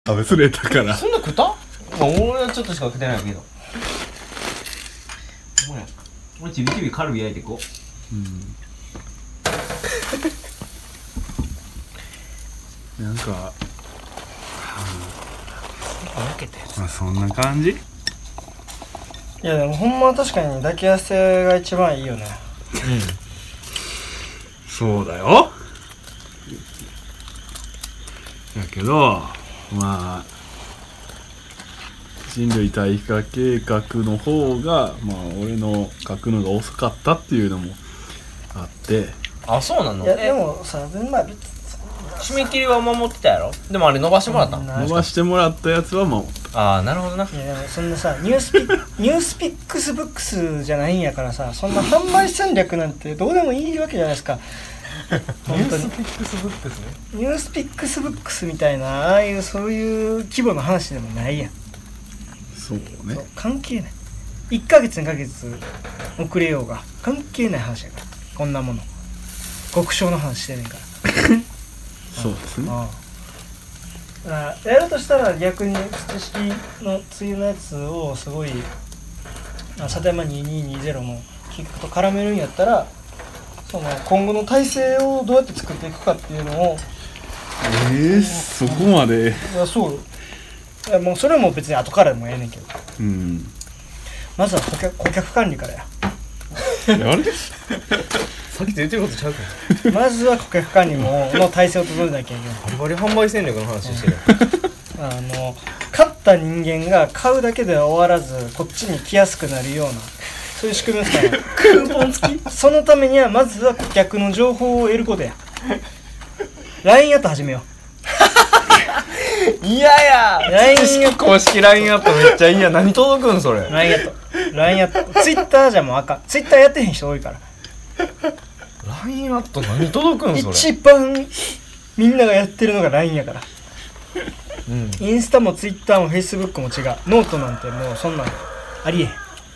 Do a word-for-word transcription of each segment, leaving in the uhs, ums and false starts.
食べれたからそんな食った？まあ、俺はちょっとしか食ってないけど。ほら、俺ちびちびカルビ焼いていこう。 うんなんか焼けたやつ。 まあそんな感じ。 いやでもほんまは確かに抱き合わせが一番いいよね。 そうだよ。だけどまあ人類対比化計画の方がまあ俺の書くのが遅かったっていうのもあって。 あ、そうなの？ いやでもさ、まあ締め切りは守ってたやろ？でもあれ伸ばしてもらったの？ 伸ばしてもらったやつは守った。 ああ、なるほどな。 いやでもそんなさニュースピニュースピックスブックスじゃないんやからさ、そんな販売戦略なんてどうでもいいわけじゃないですか。本当にニュースピックスブックスね。 ニュースピックスブックスみたいなああいうそういう規模の話でもないやん。 そうね。 そう関係ない。いっかげつにかげつ遅れようが関係ない話やから。こんなもの極小の話してねんから。 そうですね。 あああやるとしたら逆に土式の梅雨のやつをすごい里山にせんにひゃくにじゅうのキックと絡めるんやったらその今後の体制をどうやって作っていくかっていうのをえー、そこまで。 いやそういやもうそれも別に後からでもええねんけど、 うん。 まずは顧客、顧客管理からやあれさっきと言ってることちゃうかまずは顧客管理もの体制を整えなきゃいけない。 バリバリ販売戦略の話してる。 あの買った人間が買うだけでは終わらずこっちに来やすくなるようなそういう仕組みですからクーポン付きそのためにはまずは顧客の情報を得ることや。 ライン アット始めよいやいやライン公式 ライン アットめっちゃいいや。何届くんそれ。 う ライン アット ライン アット Twitter じゃもうあかん。 Twitter やってへん人多いから。 ライン アット何届くんそれ。 一番みんながやってるのが ライン やから。 うん、 インスタも Twitter も Facebook も違う。ノートなんてもうそんなんありえへ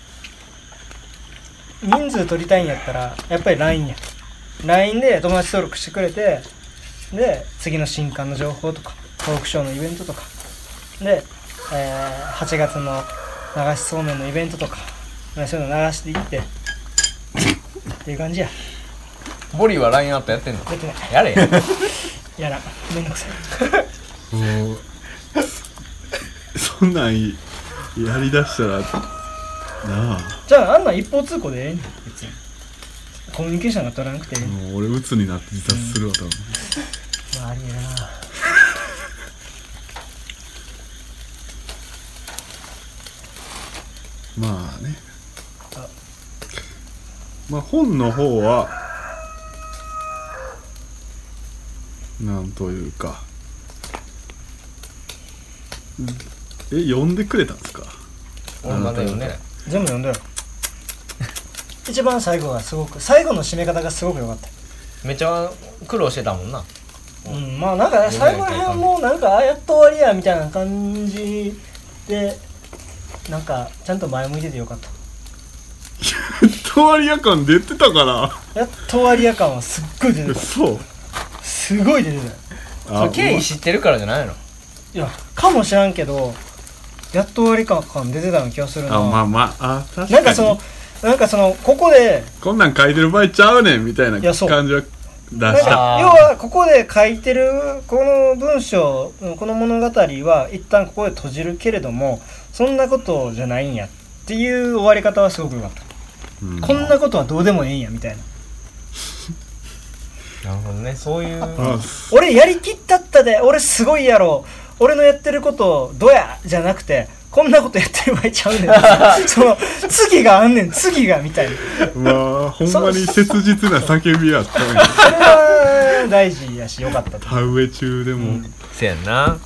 ん。人数取りたいんやったらやっぱり ライン や。 ライン で友達登録してくれて、で次の新刊の情報とかトークショーのイベントとかで、えー、はちがつの流しそうめんのイベントとかそういうの流していってっていう感じや。 ボリーは ライン アットやってんの？ やってないやれやらん。めんどくさい。 もうそんなんやりだしたらなあ。 じゃああんなん一方通行でええねん。別にコミュニケーションが取らなくてええねん。 もう俺鬱になって自殺するわ多分。 まあありえるな。 まあね。まあ本の方はなんというか、え読んでくれたんですか？ 俺まだ読んでない。 全部読んだよ。一番最後がすごく最後の締め方がすごく良かった。 めっちゃ苦労してたもんな。 うん、まあなんか最後ら辺もなんかあやっと終わりやみたいな感じでなんかちゃんと前向いててよかった。 とわりや感出てたからやっと終わりや感はすっごい出てた。 そうすごい出てたよ。 それ経緯知ってるからじゃないの？ いやかもしらんけどやっと終わり感出てたような気がするな。 あまあまああ確かになんかそのなんかそのここでこんなん書いてる場合ちゃうねんみたいな感じは出なんした。 か要はここで書いてるこの文章この物語は一旦ここで閉じるけれどもそんなことじゃないんやっていう終わり方はすごく良かった、うん、こんなことはどうでもいいんやみたいな。 なるほどね。そういう俺やりきったったで俺すごいやろ俺のやってることどうやじゃなくてこんなことやってる場合ちゃうねんその次があんねん次がみたいな。 まあほんまに切実な叫びやったね。 それは大事やしよかったと。 田植え中でも、うん、 せやんな。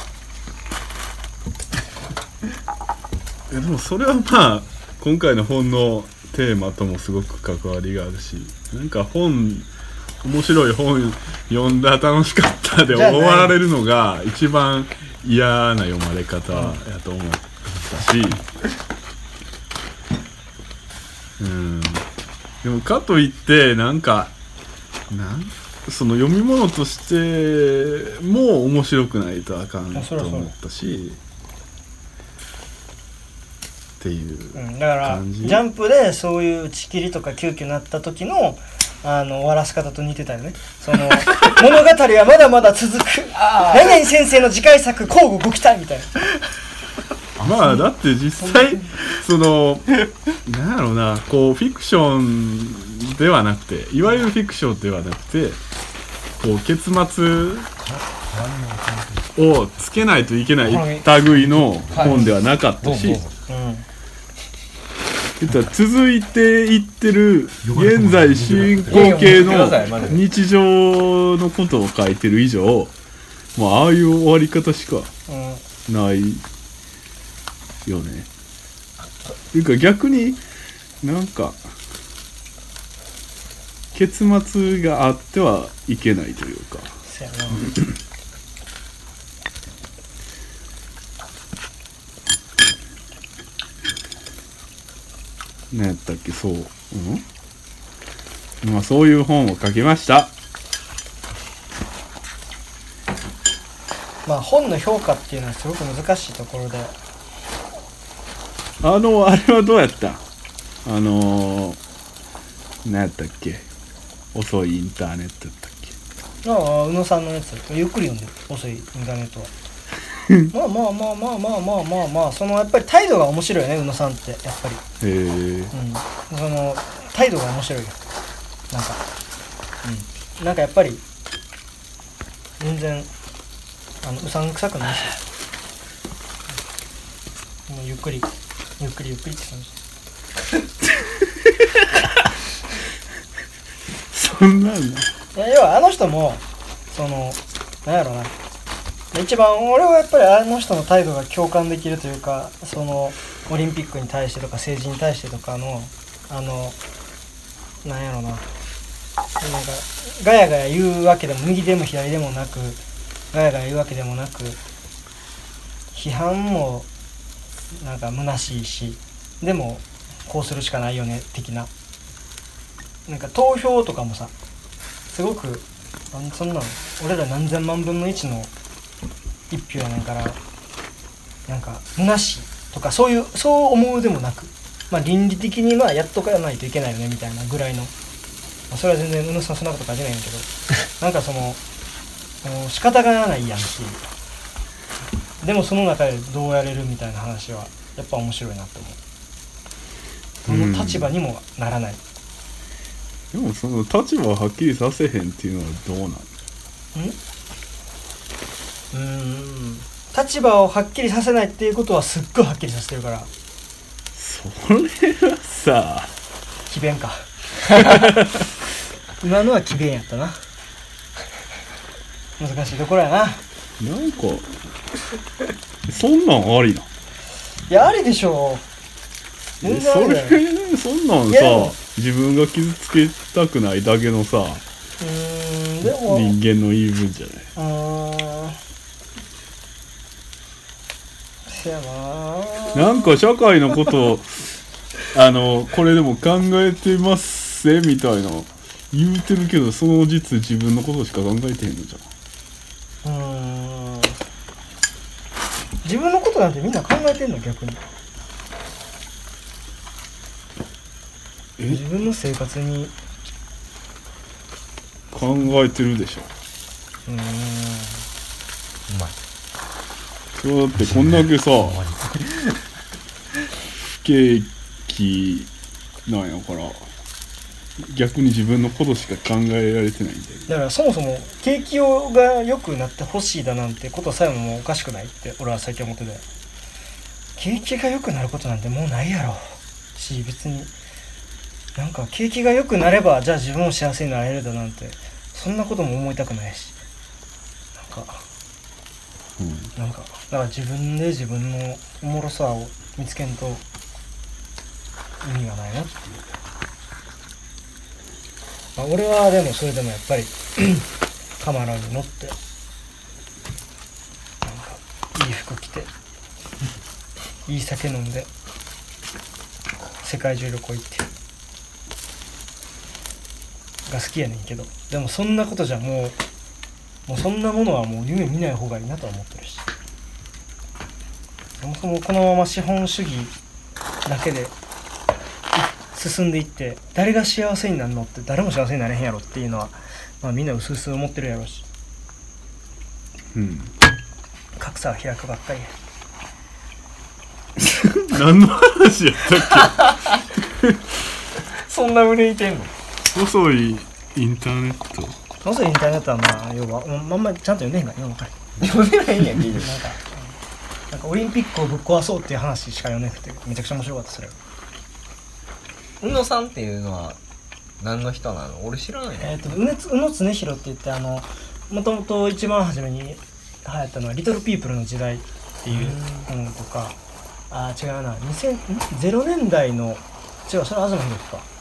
いやでもそれはまあ今回の本のテーマともすごく関わりがあるし、なんか本面白い本読んだ楽しかったで終わられるのが一番嫌な読まれ方やと思ったし、うん、でもかといってなんかなんその読み物としても面白くないとあかんと思ったしっていう感じ、 うん、だからジャンプでそういう打ち切りとか急遽なった時のあの終わらせ方と似てたよね。その物語はまだまだ続く何々先生の次回作交互ご期待みたいな。 まあだって実際そのなんやろうな、こうフィクションではなくて、いわゆるフィクションではなくて、こう結末をつけないといけない類の本ではなかったし、言ったら続いていってる現在進行形の日常のことを書いてる以上、まあああいう終わり方しかないよね。っていうか逆になんか結末があってはいけないというか。 そうやな何やったっけ、そう、うん、まあそういう本を書きました。 まあ本の評価っていうのはすごく難しいところで、 あのあれはどうやった？あのー、何やったっけ、遅いインターネットやったっけ。 ああ、宇野さんのやつゆっくり読んでる、遅いインターネットはまあまあまあまあまあまあまあまあ、そのやっぱり態度が面白いよね、宇野さんってやっぱり。 へえ。 うん、その態度が面白いよ。なんか、うん、なんかやっぱり全然あのうさんくさくないし、もうゆっくりゆっくりゆっくりって感じ。 そんなんいや、要はあの人もそのなんやろな、一番俺はやっぱりあの人の態度が共感できるというか、そのオリンピックに対してとか政治に対してとかのあのなんやろな、なんかガヤガヤ言うわけでも右でも左でもなく、ガヤガヤ言うわけでもなく、批判もなんか虚しいし、でもこうするしかないよね的な、なんか投票とかもさ、すごくなんそんなの俺ら何千万分のいちの一票やねんから、なんか虚しいとかそういうそう思うでもなく、まあ倫理的にまあやっとかないといけないよねみたいなぐらいの、まあ、それは全然宇野さんそんなこと書いてないんやけどなんかそのもう仕方がないやんっていう、でもその中でどうやれるみたいな話はやっぱ面白いなって思う。その立場にもならない、 でもその立場をはっきりさせへんっていうのはどうなん？ん？ うーん、立場をはっきりさせないっていうことはすっごいはっきりさせてるから。 それはさ、 詭弁か今のは詭弁やったな。難しいところやな。 なんかそんなんありな。 いや、ありでしょう。全然ありだよ。 それそんなんさ、自分が傷つけたくないだけのさ、うーん、でも人間の言い分じゃない。 うーん、せやな。 なんか社会のことをあのこれでも考えてますぜみたいな言うてるけど、その実自分のことしか考えてへんのじゃん。 うーん、自分のことなんてみんな考えてんの？逆に自分の生活に考えてるでしょ。 うーん、 うまい。 そうだってこんだけさ不景気なんやから、逆に自分のことしか考えられてないんだよ。 だからそもそも景気が良くなってほしいだなんてことさえももうおかしくないって俺は最近思ってて、景気が良くなることなんてもうないやろし、別になんか景気が良くなればじゃあ自分も幸せになれるだなんてそんなことも思いたくないし、なんか、うん、なんかだから自分で自分のおもろさを見つけんと意味がないなっていう。まあ、俺はでもそれでもやっぱりカマラに乗ってなんかいい服着ていい酒飲んで世界中旅行行ってが好きやねんけど、 でもそんなことじゃもうもうそんなものはもう夢見ない方がいいなとは思ってるし、そもそもこのまま資本主義だけで進んでいって誰が幸せになるのって誰も幸せになれへんやろっていうのは、まあ、みんな薄々思ってるやろうし、 うん。 格差は開くばっかりや。 何の話やったっそんな憂いてんの？ け？細いインターネット。 もうすぐインターネットはまあ要はまんまちゃんと読んでへんから今分かる。 読んでないんやん、聞いてなんかなんかオリンピックをぶっ壊そうっていう話しか読んでなくてめちゃくちゃ面白かったそれ。 宇野さんっていうのは何の人なの？俺知らないね。 えっ、ー、と宇野宇野恒弘って言ってあのもともと一番初めに流行ったのはリトルピープルの時代っていう本とか、あー違うなにせんゼロねんだいの違うそれは東博樹か。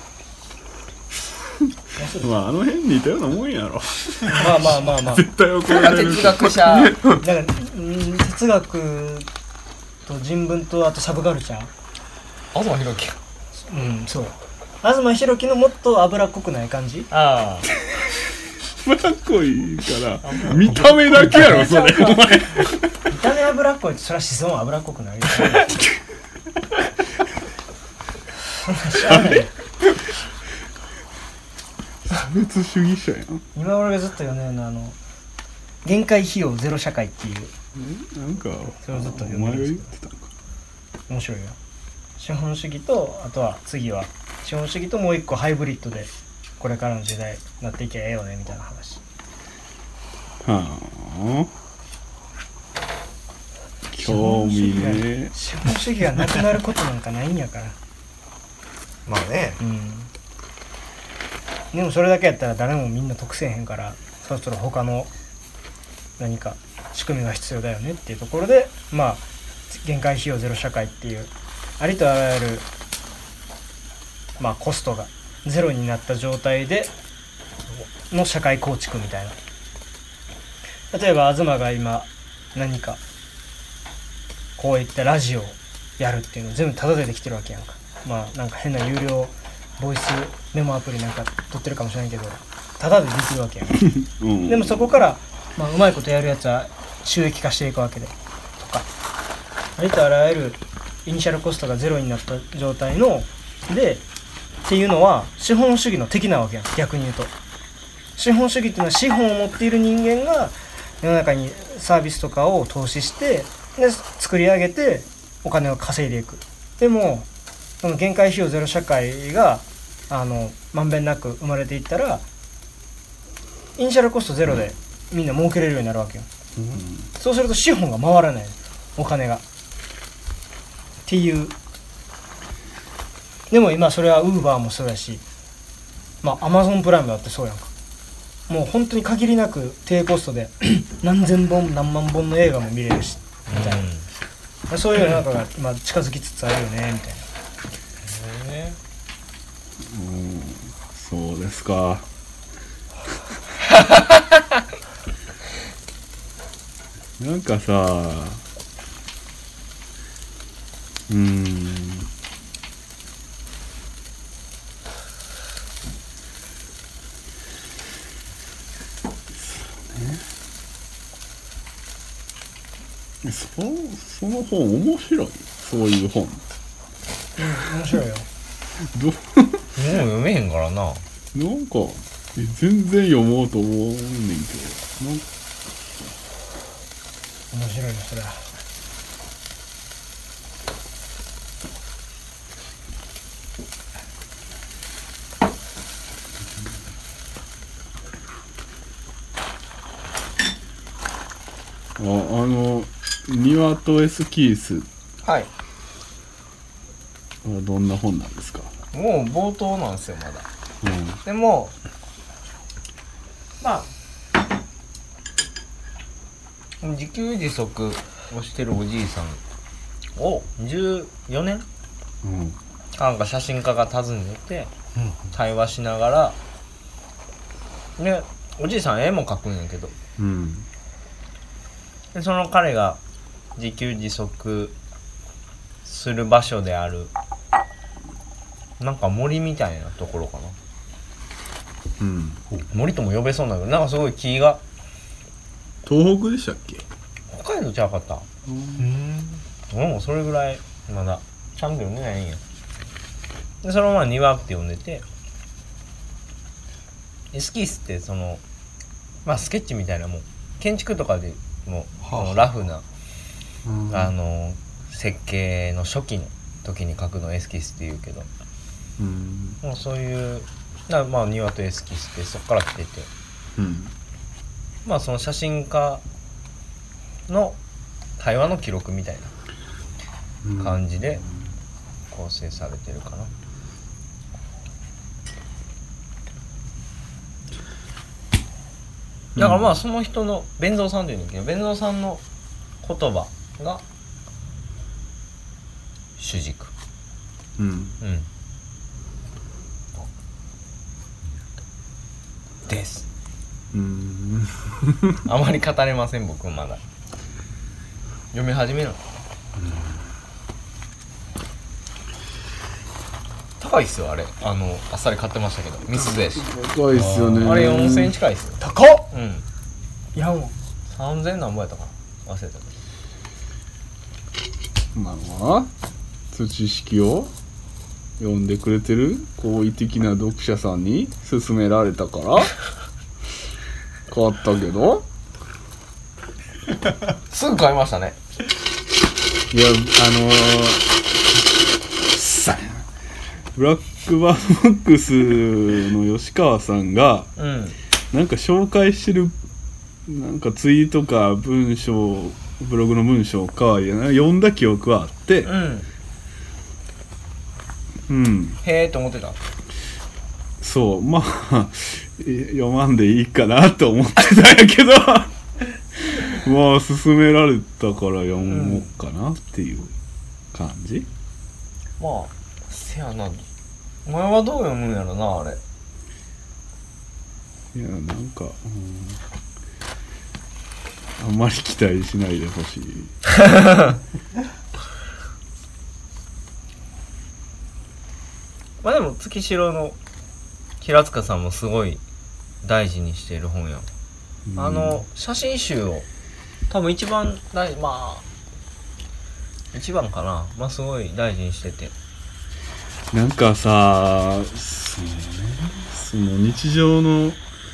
まああの辺似たようなもんやろ。 まあまあまあまあ絶対怒られる。 哲学者だからうん哲学と人文とあとサブカルチャー、 東博樹。 うんそう東博樹のもっと脂っこくない感じ。 あ脂っこいから見た目だけやろそれ。お前見た目脂っこいってそれは子孫は脂っこくなるよ。そんな知らないよ。 差別主義者やん。 今俺がずっと読んでるのはあの限界費用ゼロ社会っていうえなんかそれをずっとお読んで前がるんですけど言ってたんか。 面白いよ。資本主義とあとは次は資本主義ともう一個ハイブリッドでこれからの時代になっていけばええよねみたいな話。 はあ。興味ね。 資本主義がなくなることなんかないんやから。 まあね。 うんでもそれだけやったら誰もみんな得せえへんからそろそろ他の何か仕組みが必要だよねっていうところでまあ限界費用ゼロ社会っていうありとあらゆるまあコストがゼロになった状態での社会構築みたいな。例えば東が今何かこういったラジオをやるっていうのを全部タダでできてるわけやんか。まあなんか変な有料ボイスメモアプリなんか撮ってるかもしれないけどタダでできるわけやんか。 うん、 でもそこから、まあ、うまいことやるやつは収益化していくわけでとかありとあらゆるイニシャルコストがゼロになった状態のでっていうのは資本主義の敵なわけやん。逆に言うと資本主義っていうのは資本を持っている人間が世の中にサービスとかを投資してで作り上げてお金を稼いでいく。でもその限界費用ゼロ社会があのまんべんなく生まれていったらイニシャルコストゼロでみんな儲けれるようになるわけよ、うん、そうすると資本が回らないお金がっていう。でも今それはウーバーもそうやしまあアマゾンプライムだってそうやんか。もう本当に限りなく低コストで何千本何万本の映画も見れるしみたいな、うん、そういう世の中が今近づきつつあるよねみたいな。 へーうんそうですか。なんかさうーんそ, その本面白い。そういう本、うん、 面白いよ。 どもう読めへんからな。 なんか全然読もうと思うねんけどなんか面白いねそれは。 あ, あの庭とエスキースはい。 はどんな本なんですか？ もう冒頭なんですよまだ。 うん、 でもまあ自給自足をしてるおじいさんをじゅうよねん、 うん、 なんか写真家が訪ねて対話しながらでおじいさん絵も描くんやけど、 うん、 でその彼が自給自足する場所であるなんか森みたいなところかなうん森とも呼べそうなのなんかすごい木が東北でしたっけ？ 北海道ちゃうかったうん俺もそれぐらいまだちゃんと読んでないんやでそのまま庭って呼んでてエスキースってそのまあスケッチみたいなもう建築とかでもこのラフな、 うんあの設計の初期の時に描くのエスキスって言うけどうんもうそういうなまあ庭とエスキスってそっから来ててうんまあその写真家の対話の記録みたいな感じで構成されてるかな、だからまあその人の弁蔵さんっていうんだけど弁蔵さんの言葉が主軸うんうんですうんあまり語れません僕まだ読み始めるの、高いっすよあれあのあっさり買ってましたけどミスズやし高いっすよね。 あれよんせんえん近いっすよ高っうんいやもうさんぜん何ぼやったかな忘れたけどまあまあ土式を読んでくれてる好意的な読者さんに勧められたから買ったけどすぐ買いましたねいやあのー、さブラックバードボックスの吉川さんがうんなんか紹介してるなんかツイートか文章ブログの文章かいや読んだ記憶はあってうんうんへえと思ってたそうまあ読まんでいいかなと思ってたんやけどまあ勧められたから読もうかなっていう感じ、 まあせやなお前はどう読むんやろなあれいやなんか、うん、あんまり期待しないでほしいまあでも月城の平塚さんもすごい大事にしている本や、うん、あの写真集を多分一番大まあ一番かなまあすごい大事にしててなんかさそのねその日常の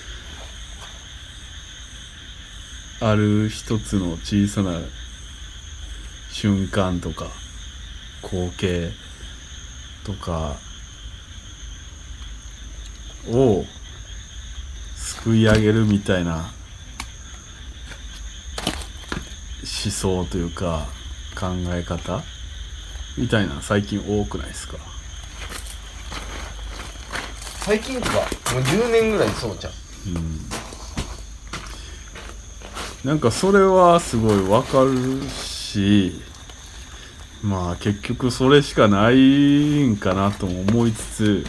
ある一つの小さな瞬間とか光景とかをすくい上げるみたいな思想というか考え方みたいな最近多くないですか？ 最近とかもうじゅうねんぐらいそうじゃん、 うん、なんかそれはすごいわかるしまあ結局それしかないんかなとも思いつつ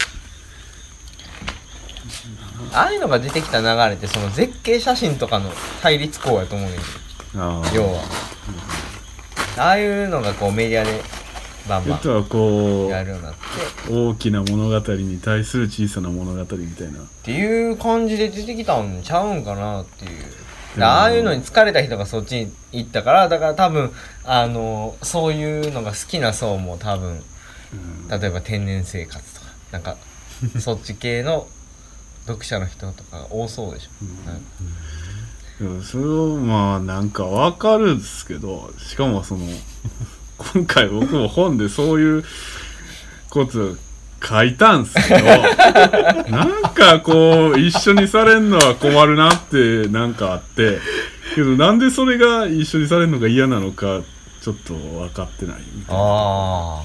ああいうのが出てきた流れってその絶景写真とかの対立項やと思うねんあ要は、うん、ああいうのがこうメディアでバンバンはこうやるようになって大きな物語に対する小さな物語みたいなっていう感じで出てきたんちゃうんかなっていうああいうのに疲れた人がそっちに行ったからだから多分あのそういうのが好きな層も多分、うん、例えば天然生活とかなんかそっち系の読者の人とか多そうでしょ、 うんうん、それをまあなんかわかるんですけどしかもその今回僕も本でそういうこと書いたんすけどなんかこう一緒にされんのは困るなってなんかあってけどなんでそれが一緒にされるのが嫌なのかちょっと分かってないみたいなあ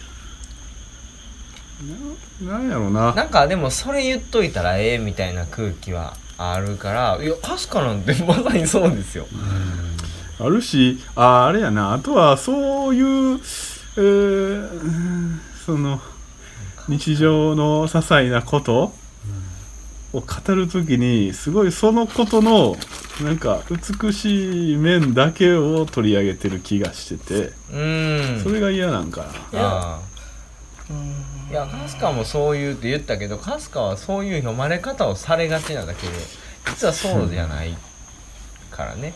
な, なんやろななんかでもそれ言っといたらええみたいな空気はあるからいや確かなんてまさにそうですよあるし あ, あれやなあとはそういう、えー、その日常の些細なことを語るときにすごいそのことのなんか美しい面だけを取り上げてる気がしててうんそれが嫌なんかな。いやうんいや春日もそう言うって言ったけど春日はそういう読まれ方をされがちなだけで実はそうじゃないからね。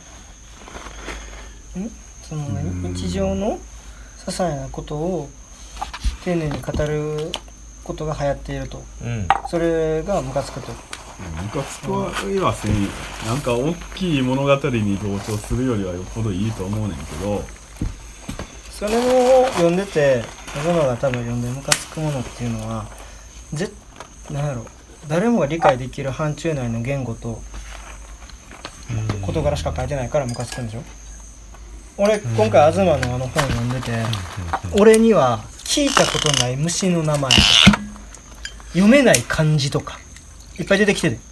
その何日常の些細なことを丁寧に語ることが流行っていると、 うん、 それがムカつくと。 ムカつくはいはせんよ。なんか大きい物語に同調するよりはよっぽどいいと思うねんけど、 それを読んでて僕のが多分読んでムカつくものっていうのはぜなんやろ誰もが理解できる範疇内の言語と事柄しか書いてないからムカつくんでしょ。俺今回東のあの本読んでて俺には聞いたことない虫の名前とか読めない漢字とかいっぱい出てきてて、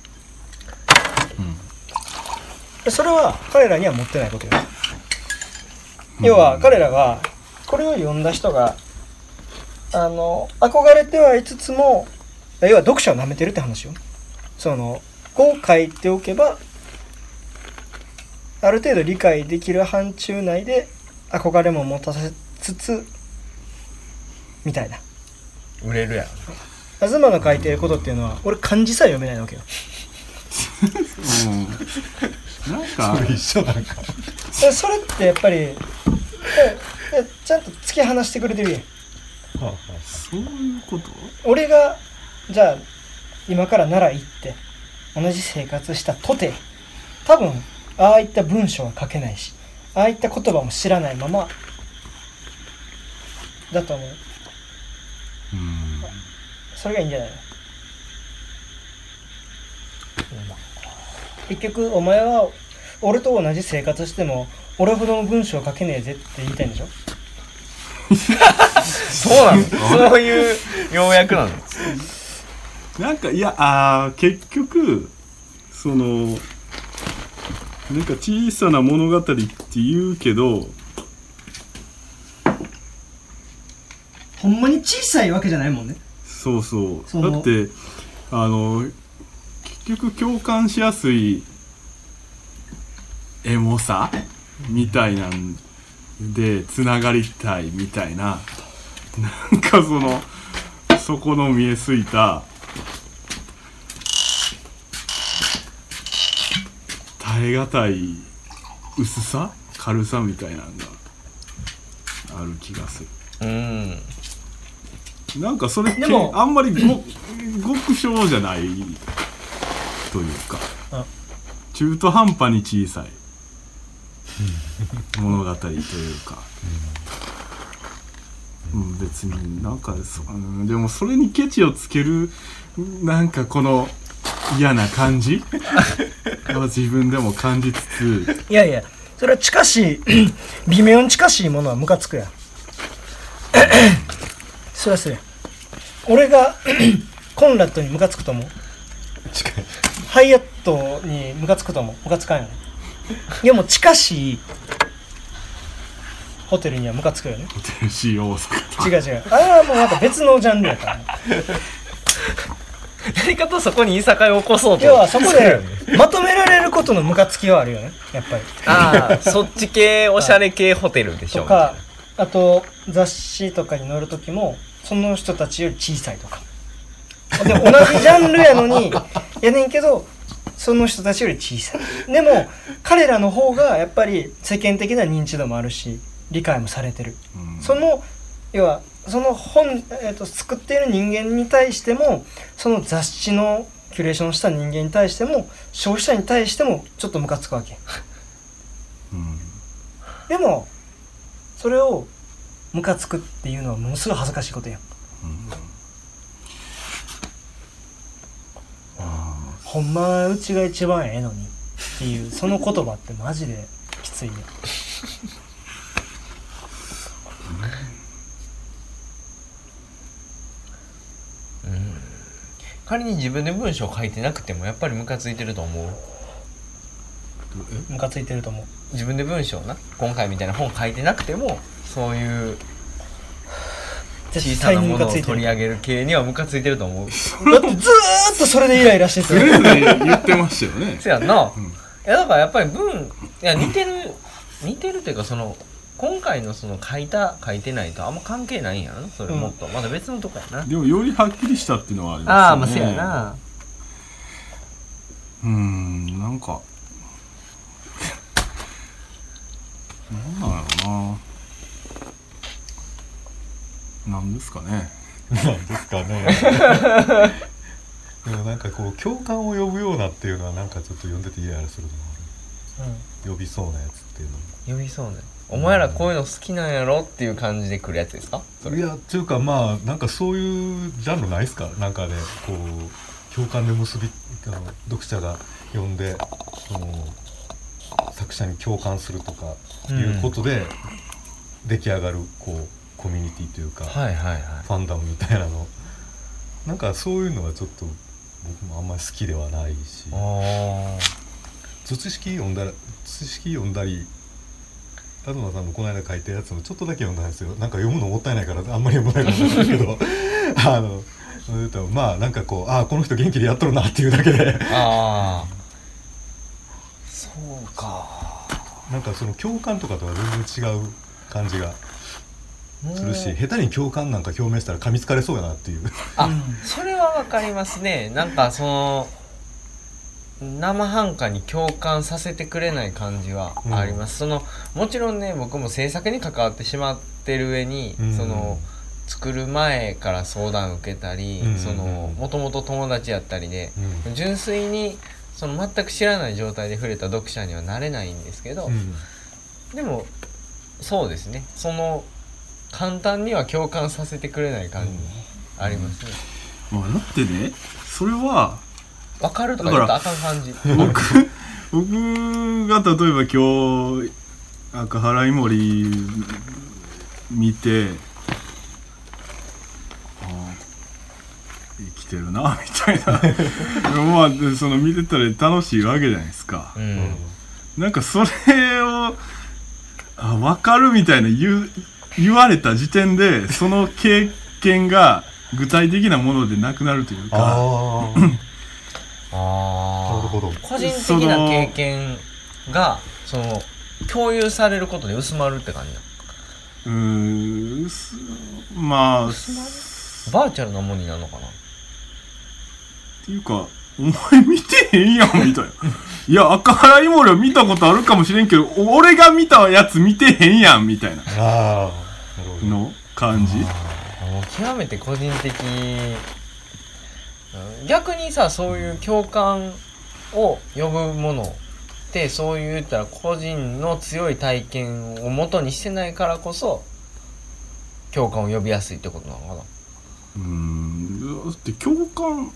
うん、それは彼らには持ってないことよ、うん、要は彼らはこれを読んだ人があの憧れてはいつつも要は読者を舐めてるって話よ。そのこう書いておけばある程度理解できる範疇内で憧れも持たせつつみたいな。 売れるやん。 東の書いてることっていうのは俺漢字さえ読めないわけよ。 うん、なんかそれ一緒なんかそれってやっぱりちゃんと突き放してくれてるやん。 そういうこと？ 俺がじゃあ今から奈良行って同じ生活したとて多分ああいった文章は書けないしああいった言葉も知らないままだと思う。うんそれがいいんじゃないの。結局お前は俺と同じ生活しても俺ほどの文章書けねえぜって言いたいんでしょ。 そうなのそういう要約なの。 なんかいやあ結局そのなんか小さな物語って言うけどほんまに小さいわけじゃないもんね。 そうそうそのだってあの結局共感しやすいエモさみたいなんでつながりたいみたいななんかそのそこの見えすいた耐え難い薄さ軽さみたいなのがある気がする。 うんなんかそれってでもあんまりご極小じゃないというか中途半端に小さい物語というか、うん、別になんかそ、うん、でもそれにケチをつけるなんかこの嫌な感じは自分でも感じつついやいやそれは近しい微妙に近しいものはムカつくやんそりゃそうや。俺がコンラッドにムカつくと思う。 近い。 ハイアットにムカつくと思う。ムカつかんよね。でも近しいホテルにはムカつくよね。 ホテル シー 大阪違う違う。あれはもうなんか別のジャンルやからね。 何かとそこにいさかいを起こそうと。 要はそこでまとめられることのムカつきはあるよね。やっぱり。 ああそっち系おしゃれ系ホテルでしょ。 とかあと雑誌とかに載る時もその人たちより小さいとかでも同じジャンルやのにやねんけどその人たちより小さい。でも彼らの方がやっぱり世間的な認知度もあるし理解もされてる、うん、その要はその本、えーと、作っている人間に対してもその雑誌のキュレーションした人間に対しても消費者に対してもちょっとムカつくわけ、うん、でもそれをムカつくっていうのはものすごい恥ずかしいことやん、うん、ほんまはうちが一番ええのにっていうその言葉ってマジできついねうん、仮に自分で文章を書いてなくてもやっぱりムカついてると思う。 ムカついてると思う。 自分で文章な今回みたいな本書いてなくてもそういう小さなものを取り上げる系にはムカついてると思う。 だってずーっとそれでイライラしててそれで言ってましたよねそうやんな、うん、いやだからやっぱり文いや似てる似てるというかその今回のその書いた書いてないとあんま関係ないんやろなそれ、もっとまだ別のとこやな。 でもよりはっきりしたっていうのはありああますよね。 まあそうやな。 うーんなんかなんだろうな、なんですかね。 なんですかねでもなんかこう共感を呼ぶようなっていうのはなんかちょっと読んでてイライラするのもある、呼びそうなやつっていうのも呼びそうね。お前らこういうの好きなんやろっていう感じで来るやつですかそれ。 いやっていうかまあなんかそういうジャンルないですか。なんかねこう共感で結びあの読者が読んでその作者に共感するとかいうことで出来上がるこうコミュニティというか、 はいはいはい。 ファンダムみたいなのなんかそういうのはちょっと僕もあんまり好きではないし、 あ図式読んだら図式読んだり東さんのこの間書いたやつのちょっとだけ読んだんですよ。なんか読むのもったいないからあんまり読まないかもしれないけどあのまあなんかこうああこの人元気でやっとるなっていうだけでああそうか。 なんかその共感とかとは全然違う感じがするし、 もう下手に共感なんか表明したら噛みつかれそうやなっていうあ、それはわかりますね。なんかその生半可に共感させてくれない感じはあります、うん、そのもちろんね僕も制作に関わってしまってる上に、うん、その作る前から相談受けたり、うん、そのもともと友達やったりで、うん、純粋にその全く知らない状態で触れた読者にはなれないんですけど、うん、でもそうですねその簡単には共感させてくれない感じありますね、 うんうん、だってねそれは分かるとか言ったらあかん感じ僕, 僕が例えば今日赤原井森見てあ生きてるなみたいなまあその見てたら楽しいわけじゃないですか、うん、なんかそれをあ分かるみたいな言う言われた時点でその経験が具体的なものでなくなるというかああなるほど個人的な経験がその共有されることで薄まるって感じだ。 うーんまあ薄まるバーチャルなものになるのかなっていうかお前見てへんやんみたいないや赤原井森は見たことあるかもしれんけど俺が見たやつ見てへんやんみたいなの感じ。 もう極めて個人的逆にさそういう共感を呼ぶものってそういう言ったら個人の強い体験を元にしてないからこそ共感を呼びやすいってことなのかな。 うーんだって共感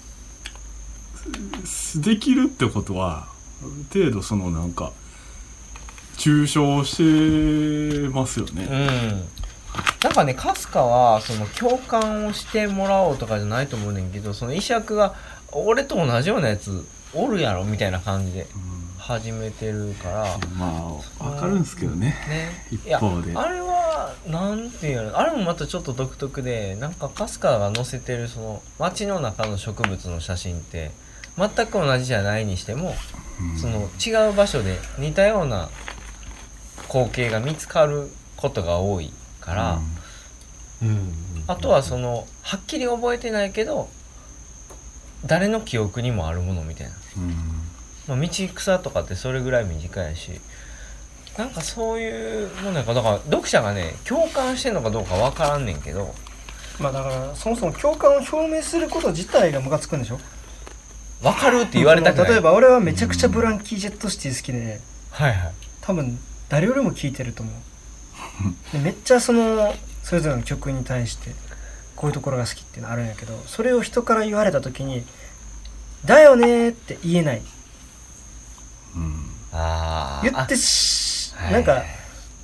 できるってことはある程度そのなんか抽象してますよね。 うんなんかねかすかはその共感をしてもらおうとかじゃないと思うねんけどその医者が俺と同じようなやつおるやろみたいな感じで始めてるから、 うん、まあ分かるんですけどね、ね一方であれはなんていうのあれもまたちょっと独特でなんかかすかが載せてるその街の中の植物の写真って全く同じじゃないにしても、うん、その違う場所で似たような光景が見つかることが多いから、うんうん、あとはそのはっきり覚えてないけど誰の記憶にもあるものみたいな、うんまあ、道草とかってそれぐらい短いしなんかそういうものなんかだから読者がね共感してんのかどうかわからんねんけどまあだからそもそも共感を表明すること自体がムカつくんでしょ。 わかるって言われたくない。 例えば俺はめちゃくちゃブランキー・ジェット・シティ好きで、うん、 はいはい多分誰よりも聴いてると思うでめっちゃそのそれぞれの曲に対してこういうところが好きっていうのあるんやけどそれを人から言われた時にだよねって言えない、うん、あ言ってしなんか、はい、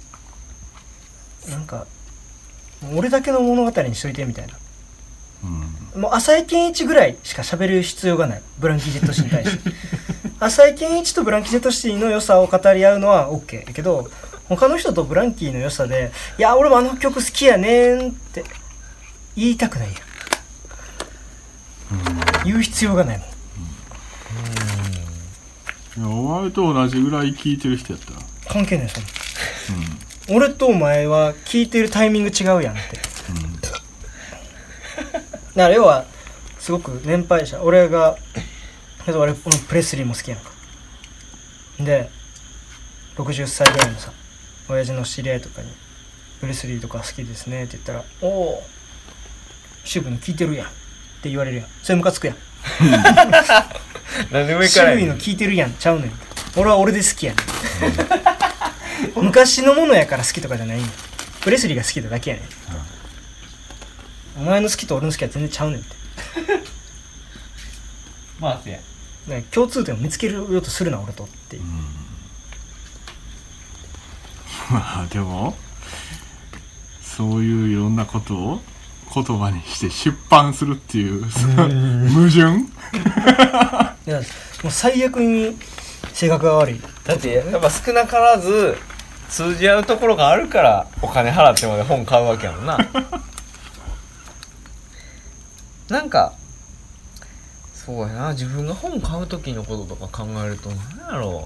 なんか俺だけの物語にしといてみたいな、うん、もう浅井健一ぐらいしか喋る必要がないブランキー・ジェット・シティに対して浅井健一とブランキー・ジェット・シティの良さを語り合うのは OK だけど他の人とブランキーの良さでいや俺もあの曲好きやねんって言いたくないやん、うん、言う必要がないもん、うん、 いやお前と同じぐらい聴いてる人やったら関係ないそんな、 俺とお前は聞いてるタイミング違うやんって、だから要はすごく年配者、俺がけど俺このプレスリーも好きやんかでろくじゅっさいぐらいのさ親父の知り合いとかにプレスリーとか好きですねって言ったら、おお渋野聞いてるやんって言われるやん。それムカつくやんなんで上から渋野聞いてるやんちゃうねん、俺は俺で好きやねん昔のものやから好きとかじゃないんや、プレスリーが好きなだけやねん、お前の好きと俺の好きは全然ちゃうねんってまあせやね、共通点を見つけようとするな俺とっていう、 うん、まあでもそういういろんなことを言葉にして出版するっていう矛盾いやもう最悪に性格が悪い。 だってやっぱ少なからず通じ合うところがあるからお金払ってまで本買うわけやもんななんかそうやな、自分が本買う時のこととか考えると何やろ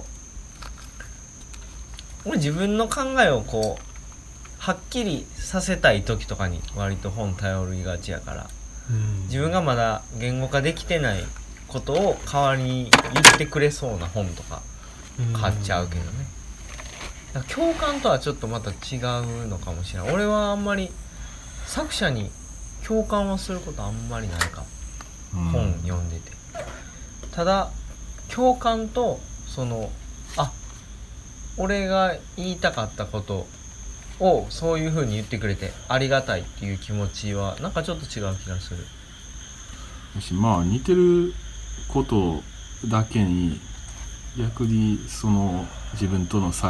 う、俺自分の考えをこうはっきりさせたい時とかに割と本頼りがちやから、自分がまだ言語化できてないことを代わりに言ってくれそうな本とか買っちゃうけどね。だから共感とはちょっとまた違うのかもしれない。俺はあんまり作者に共感はすることあんまりないかも、うん、本読んでて。ただ共感とそのあ俺が言いたかったことをそういう風に言ってくれてありがたいっていう気持ちはなんかちょっと違う気がする。 まあ似てることだけに逆にその自分との差